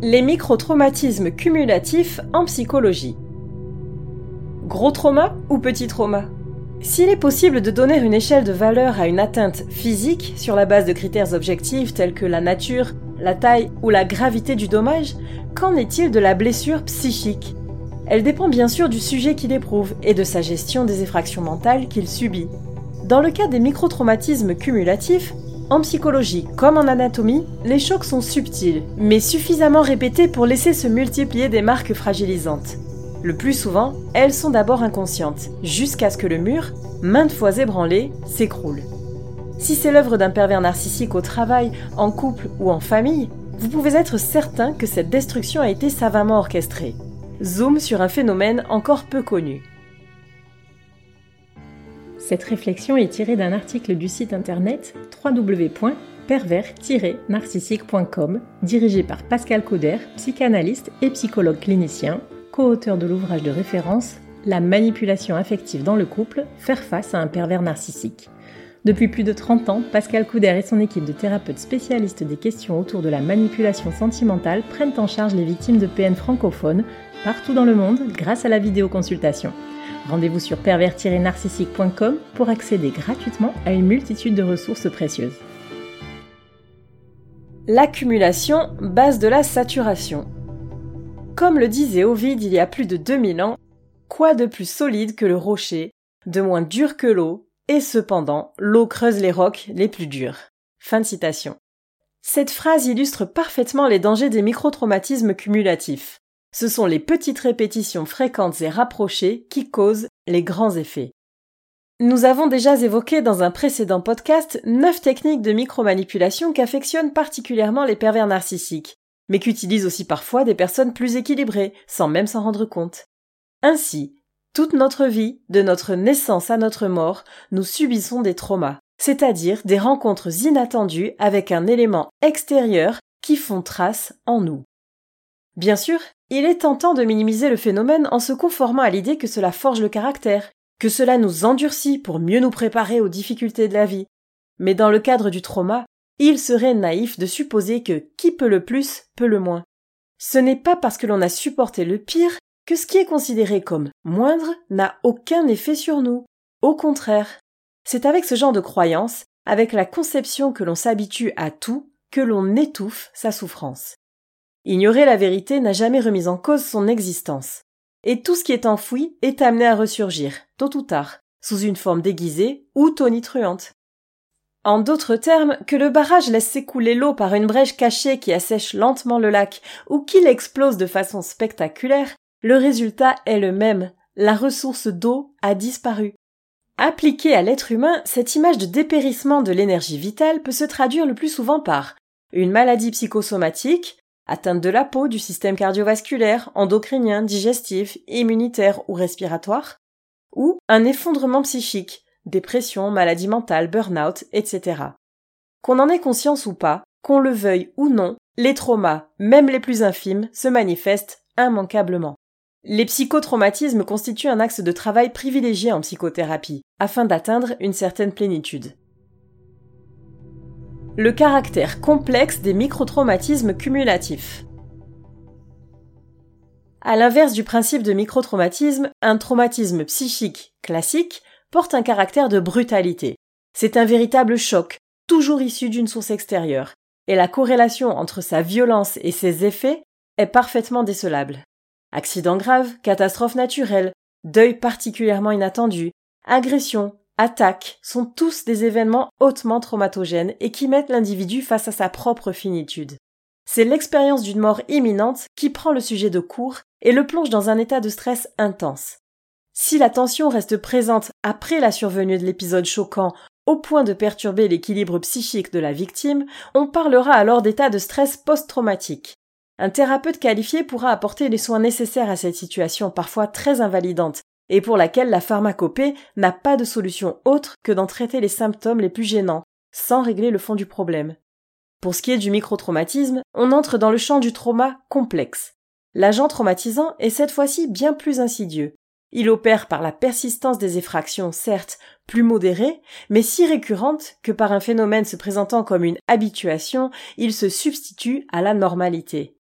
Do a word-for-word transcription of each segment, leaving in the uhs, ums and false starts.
Les microtraumatismes cumulatifs en psychologie. Gros trauma ou petit trauma ? S'il est possible de donner une échelle de valeur à une atteinte physique sur la base de critères objectifs tels que la nature, la taille ou la gravité du dommage, qu'en est-il de la blessure psychique ? Elle dépend bien sûr du sujet qui l'éprouve et de sa gestion des effractions mentales qu'il subit. Dans le cas des microtraumatismes cumulatifs, en psychologie comme en anatomie, les chocs sont subtils, mais suffisamment répétés pour laisser se multiplier des marques fragilisantes. Le plus souvent, elles sont d'abord inconscientes, jusqu'à ce que le mur, maintes fois ébranlé, s'écroule. Si c'est l'œuvre d'un pervers narcissique au travail, en couple ou en famille, vous pouvez être certain que cette destruction a été savamment orchestrée. Zoom sur un phénomène encore peu connu. Cette réflexion est tirée d'un article du site internet w w w point pervers tiret narcissique point com, dirigé par Pascal Couder, psychanalyste et psychologue clinicien, co-auteur de l'ouvrage de référence « La manipulation affective dans le couple, faire face à un pervers narcissique ». Depuis plus de trente ans, Pascal Couder et son équipe de thérapeutes spécialistes des questions autour de la manipulation sentimentale prennent en charge les victimes de P N francophones partout dans le monde grâce à la vidéoconsultation. Rendez-vous sur pervers tiret narcissique point com pour accéder gratuitement à une multitude de ressources précieuses. L'accumulation, base de la saturation. Comme le disait Ovide il y a plus de deux mille ans, quoi de plus solide que le rocher, de moins dur que l'eau, et cependant, l'eau creuse les rocs les plus durs. Fin de citation. Cette phrase illustre parfaitement les dangers des microtraumatismes cumulatifs. Ce sont les petites répétitions fréquentes et rapprochées qui causent les grands effets. Nous avons déjà évoqué dans un précédent podcast neuf techniques de micromanipulation qu'affectionnent particulièrement les pervers narcissiques, mais qu'utilisent aussi parfois des personnes plus équilibrées, sans même s'en rendre compte. Ainsi, toute notre vie, de notre naissance à notre mort, nous subissons des traumas, c'est-à-dire des rencontres inattendues avec un élément extérieur qui font trace en nous. Bien sûr, il est tentant de minimiser le phénomène en se conformant à l'idée que cela forge le caractère, que cela nous endurcit pour mieux nous préparer aux difficultés de la vie. Mais dans le cadre du trauma, il serait naïf de supposer que qui peut le plus peut le moins. Ce n'est pas parce que l'on a supporté le pire que ce qui est considéré comme moindre n'a aucun effet sur nous. Au contraire, c'est avec ce genre de croyance, avec la conception que l'on s'habitue à tout, que l'on étouffe sa souffrance. Ignorer la vérité n'a jamais remis en cause son existence. Et tout ce qui est enfoui est amené à ressurgir, tôt ou tard, sous une forme déguisée ou tonitruante. En d'autres termes, que le barrage laisse s'écouler l'eau par une brèche cachée qui assèche lentement le lac ou qu'il explose de façon spectaculaire, le résultat est le même, la ressource d'eau a disparu. Appliquée à l'être humain, cette image de dépérissement de l'énergie vitale peut se traduire le plus souvent par une maladie psychosomatique, atteinte de la peau, du système cardiovasculaire, endocrinien, digestif, immunitaire ou respiratoire, ou un effondrement psychique, dépression, maladie mentale, burn-out, et cetera. Qu'on en ait conscience ou pas, qu'on le veuille ou non, les traumas, même les plus infimes, se manifestent immanquablement. Les psychotraumatismes constituent un axe de travail privilégié en psychothérapie, afin d'atteindre une certaine plénitude. Le caractère complexe des microtraumatismes cumulatifs. À l'inverse du principe de microtraumatisme, un traumatisme psychique classique porte un caractère de brutalité. C'est un véritable choc, toujours issu d'une source extérieure, et la corrélation entre sa violence et ses effets est parfaitement décelable. Accident grave, catastrophe naturelle, deuil particulièrement inattendu, agression, attaques sont tous des événements hautement traumatogènes et qui mettent l'individu face à sa propre finitude. C'est l'expérience d'une mort imminente qui prend le sujet de court et le plonge dans un état de stress intense. Si la tension reste présente après la survenue de l'épisode choquant au point de perturber l'équilibre psychique de la victime, on parlera alors d'état de stress post-traumatique. Un thérapeute qualifié pourra apporter les soins nécessaires à cette situation parfois très invalidante, et pour laquelle la pharmacopée n'a pas de solution autre que d'en traiter les symptômes les plus gênants, sans régler le fond du problème. Pour ce qui est du microtraumatisme, on entre dans le champ du trauma complexe. L'agent traumatisant est cette fois-ci bien plus insidieux. Il opère par la persistance des effractions, certes plus modérées, mais si récurrentes que par un phénomène se présentant comme une habituation, il se substitue à la normalité.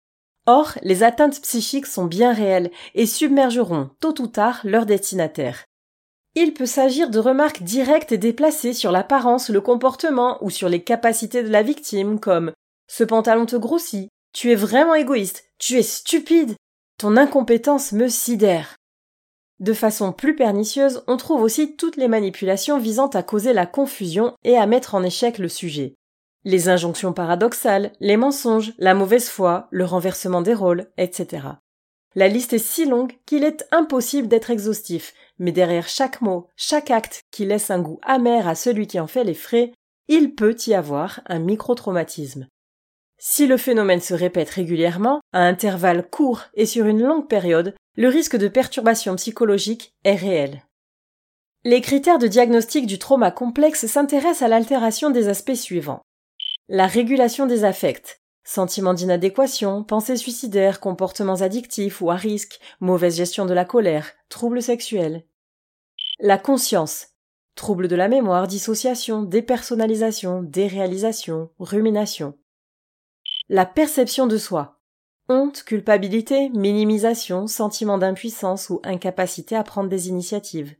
Or, les atteintes psychiques sont bien réelles et submergeront, tôt ou tard, leurs destinataires. Il peut s'agir de remarques directes et déplacées sur l'apparence, le comportement ou sur les capacités de la victime comme « ce pantalon te grossit »,« tu es vraiment égoïste »,« tu es stupide »,« ton incompétence me sidère ». De façon plus pernicieuse, on trouve aussi toutes les manipulations visant à causer la confusion et à mettre en échec le sujet. Les injonctions paradoxales, les mensonges, la mauvaise foi, le renversement des rôles, et cetera. La liste est si longue qu'il est impossible d'être exhaustif, mais derrière chaque mot, chaque acte qui laisse un goût amer à celui qui en fait les frais, il peut y avoir un microtraumatisme. Si le phénomène se répète régulièrement, à intervalles courts et sur une longue période, le risque de perturbation psychologique est réel. Les critères de diagnostic du trauma complexe s'intéressent à l'altération des aspects suivants. La régulation des affects, sentiments d'inadéquation, pensées suicidaires, comportements addictifs ou à risque, mauvaise gestion de la colère, troubles sexuels. La conscience, troubles de la mémoire, dissociation, dépersonnalisation, déréalisation, rumination. La perception de soi, honte, culpabilité, minimisation, sentiment d'impuissance ou incapacité à prendre des initiatives.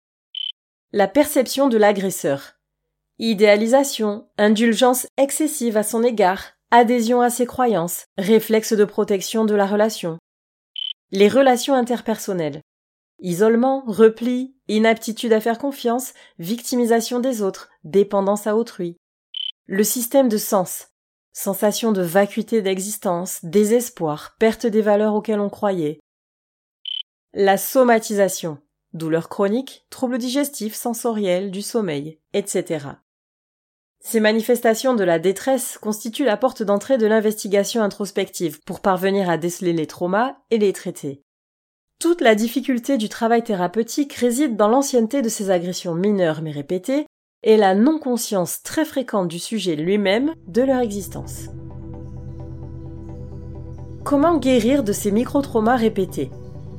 La perception de l'agresseur, idéalisation, indulgence excessive à son égard, adhésion à ses croyances, réflexe de protection de la relation. Les relations interpersonnelles, isolement, repli, inaptitude à faire confiance, victimisation des autres, dépendance à autrui. Le système de sens, sensation de vacuité d'existence, désespoir, perte des valeurs auxquelles on croyait. La somatisation, douleurs chroniques, troubles digestifs, sensoriels, du sommeil, et cetera. Ces manifestations de la détresse constituent la porte d'entrée de l'investigation introspective pour parvenir à déceler les traumas et les traiter. Toute la difficulté du travail thérapeutique réside dans l'ancienneté de ces agressions mineures mais répétées et la non-conscience très fréquente du sujet lui-même de leur existence. Comment guérir de ces microtraumas répétés ?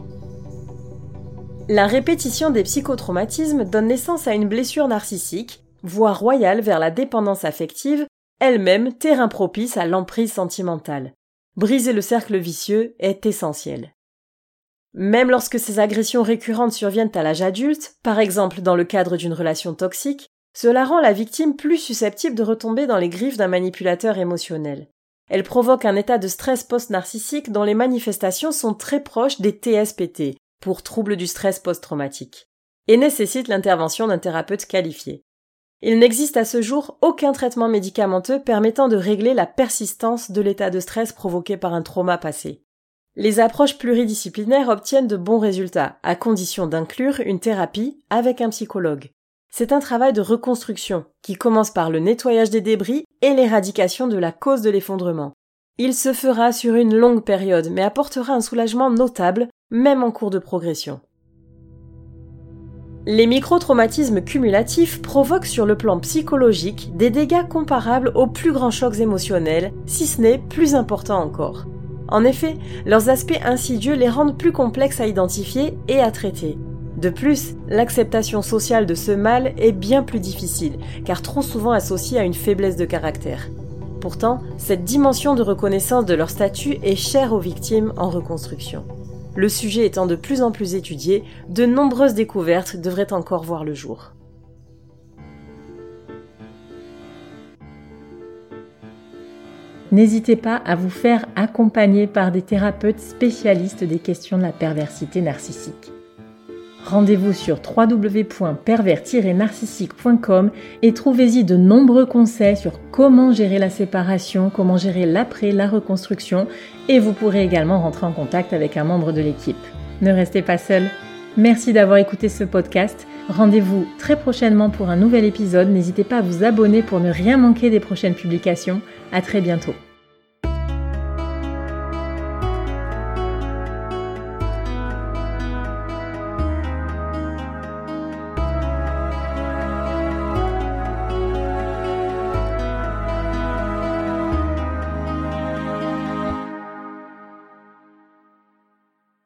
La répétition des psychotraumatismes donne naissance à une blessure narcissique, voie royale vers la dépendance affective, elle-même terrain propice à l'emprise sentimentale. Briser le cercle vicieux est essentiel. Même lorsque ces agressions récurrentes surviennent à l'âge adulte, par exemple dans le cadre d'une relation toxique, cela rend la victime plus susceptible de retomber dans les griffes d'un manipulateur émotionnel. Elle provoque un état de stress post-narcissique dont les manifestations sont très proches des T S P T, pour troubles du stress post-traumatique, et nécessite l'intervention d'un thérapeute qualifié. Il n'existe à ce jour aucun traitement médicamenteux permettant de régler la persistance de l'état de stress provoqué par un trauma passé. Les approches pluridisciplinaires obtiennent de bons résultats, à condition d'inclure une thérapie avec un psychologue. C'est un travail de reconstruction qui commence par le nettoyage des débris et l'éradication de la cause de l'effondrement. Il se fera sur une longue période mais apportera un soulagement notable, même en cours de progression. Les microtraumatismes cumulatifs provoquent sur le plan psychologique des dégâts comparables aux plus grands chocs émotionnels, si ce n'est plus importants encore. En effet, leurs aspects insidieux les rendent plus complexes à identifier et à traiter. De plus, l'acceptation sociale de ce mal est bien plus difficile, car trop souvent associée à une faiblesse de caractère. Pourtant, cette dimension de reconnaissance de leur statut est chère aux victimes en reconstruction. Le sujet étant de plus en plus étudié, de nombreuses découvertes devraient encore voir le jour. N'hésitez pas à vous faire accompagner par des thérapeutes spécialistes des questions de la perversité narcissique. Rendez-vous sur w w w point pervers tiret narcissique point com et trouvez-y de nombreux conseils sur comment gérer la séparation, comment gérer l'après, la reconstruction, et vous pourrez également rentrer en contact avec un membre de l'équipe. Ne restez pas seul. Merci d'avoir écouté ce podcast. Rendez-vous très prochainement pour un nouvel épisode. N'hésitez pas à vous abonner pour ne rien manquer des prochaines publications. À très bientôt.